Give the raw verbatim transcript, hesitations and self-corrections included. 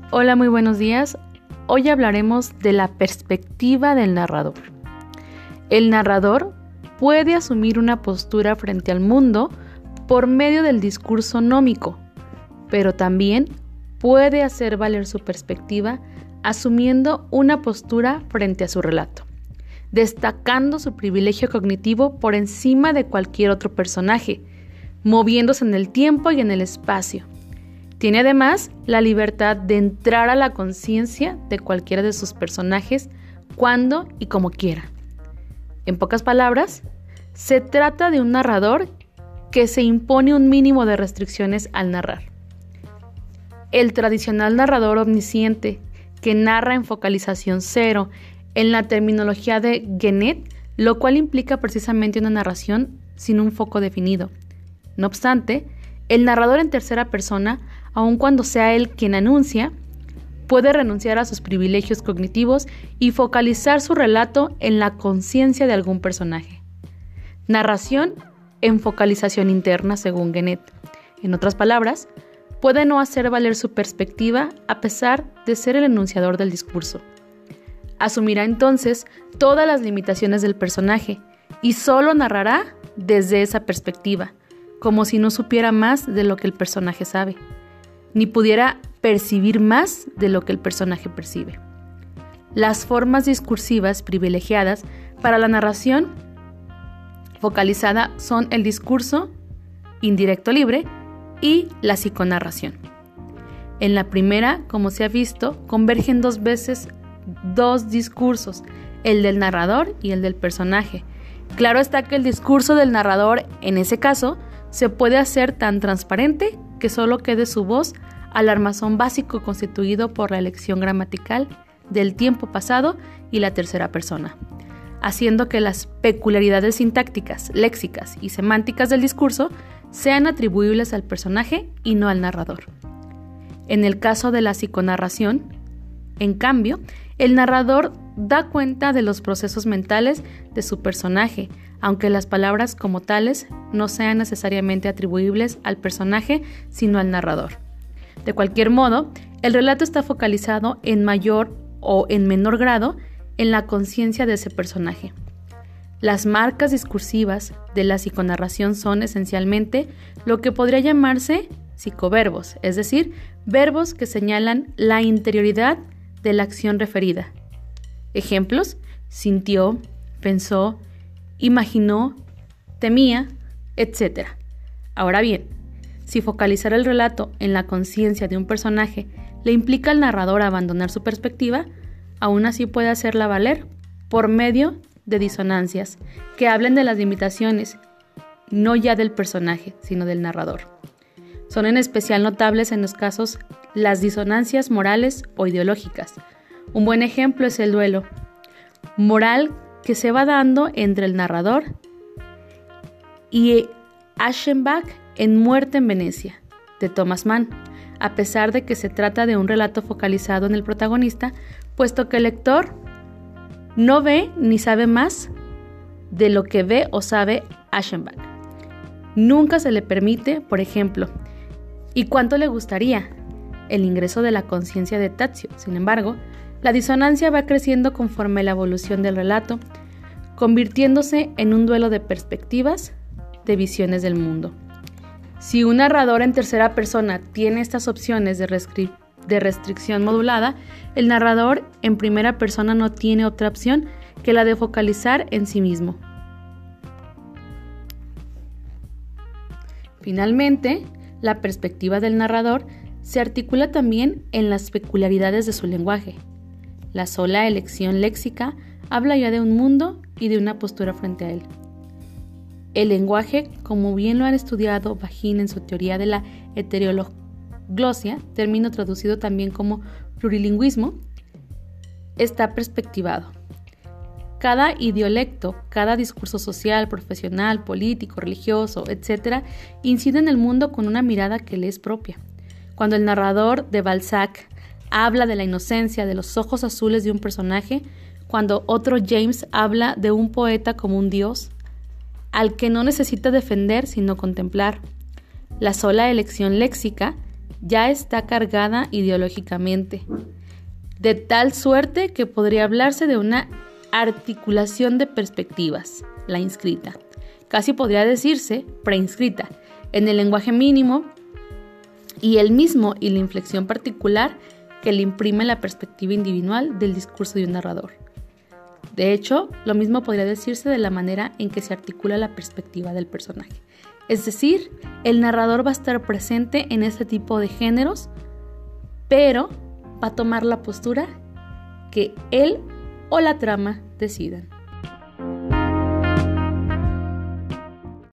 Hola, muy buenos días. Hoy hablaremos de la perspectiva del narrador. El narrador puede asumir una postura frente al mundo por medio del discurso nómico, pero también puede hacer valer su perspectiva asumiendo una postura frente a su relato, destacando su privilegio cognitivo por encima de cualquier otro personaje, moviéndose en el tiempo y en el espacio. Tiene además la libertad de entrar a la conciencia de cualquiera de sus personajes cuando y como quiera. En pocas palabras, se trata de un narrador que se impone un mínimo de restricciones al narrar. El tradicional narrador omnisciente, que narra en focalización cero, en la terminología de Genet, lo cual implica precisamente una narración sin un foco definido. No obstante, el narrador en tercera persona, aun cuando sea él quien anuncia, puede renunciar a sus privilegios cognitivos y focalizar su relato en la conciencia de algún personaje. Narración en focalización interna, según Genet. En otras palabras, puede no hacer valer su perspectiva a pesar de ser el enunciador del discurso. Asumirá entonces todas las limitaciones del personaje y solo narrará desde esa perspectiva, como si no supiera más de lo que el personaje sabe, ni pudiera percibir más de lo que el personaje percibe. Las formas discursivas privilegiadas para la narración focalizada son el discurso indirecto libre y la psiconarración. En la primera, como se ha visto, convergen dos veces dos discursos, el del narrador y el del personaje. Claro está que el discurso del narrador, en ese caso, se puede hacer tan transparente que solo quede su voz al armazón básico constituido por la elección gramatical del tiempo pasado y la tercera persona, haciendo que las peculiaridades sintácticas, léxicas y semánticas del discurso sean atribuibles al personaje y no al narrador. En el caso de la psiconarración, en cambio, el narrador da cuenta de los procesos mentales de su personaje, aunque las palabras como tales no sean necesariamente atribuibles al personaje, sino al narrador. De cualquier modo, el relato está focalizado en mayor o en menor grado en la conciencia de ese personaje. Las marcas discursivas de la psiconarración son esencialmente lo que podría llamarse psicoverbos, es decir, verbos que señalan la interioridad de la acción referida. Ejemplos: sintió, pensó, imaginó, temía, etcétera. Ahora bien, si focalizar el relato en la conciencia de un personaje le implica al narrador abandonar su perspectiva, aún así puede hacerla valer por medio de disonancias que hablen de las limitaciones, no ya del personaje, sino del narrador. Son en especial notables en los casos las disonancias morales o ideológicas. Un buen ejemplo es el duelo moral que se va dando entre el narrador y Aschenbach en Muerte en Venecia, de Thomas Mann, a pesar de que se trata de un relato focalizado en el protagonista, puesto que el lector no ve ni sabe más de lo que ve o sabe Aschenbach. Nunca se le permite, por ejemplo, ¿y cuánto le gustaría?, el ingreso de la conciencia de Tadzio. Sin embargo, la disonancia va creciendo conforme la evolución del relato, convirtiéndose en un duelo de perspectivas, de visiones del mundo. Si un narrador en tercera persona tiene estas opciones de, rescri- de restricción modulada, el narrador en primera persona no tiene otra opción que la de focalizar en sí mismo. Finalmente, la perspectiva del narrador se articula también en las peculiaridades de su lenguaje. La sola elección léxica habla ya de un mundo y de una postura frente a él. El lenguaje, como bien lo ha estudiado Vagin en su teoría de la heteroglosia, término traducido también como plurilingüismo, está perspectivado. Cada idiolecto, cada discurso social, profesional, político, religioso, etcétera, incide en el mundo con una mirada que le es propia. Cuando el narrador de Balzac habla de la inocencia de los ojos azules de un personaje, cuando otro James habla de un poeta como un dios, al que no necesita defender sino contemplar. La sola elección léxica ya está cargada ideológicamente, de tal suerte que podría hablarse de una articulación de perspectivas, la inscrita. Casi podría decirse preinscrita, en el lenguaje mínimo y el mismo y la inflexión particular que le imprime la perspectiva individual del discurso de un narrador. De hecho, lo mismo podría decirse de la manera en que se articula la perspectiva del personaje. Es decir, el narrador va a estar presente en este tipo de géneros, pero va a tomar la postura que él o la trama decidan.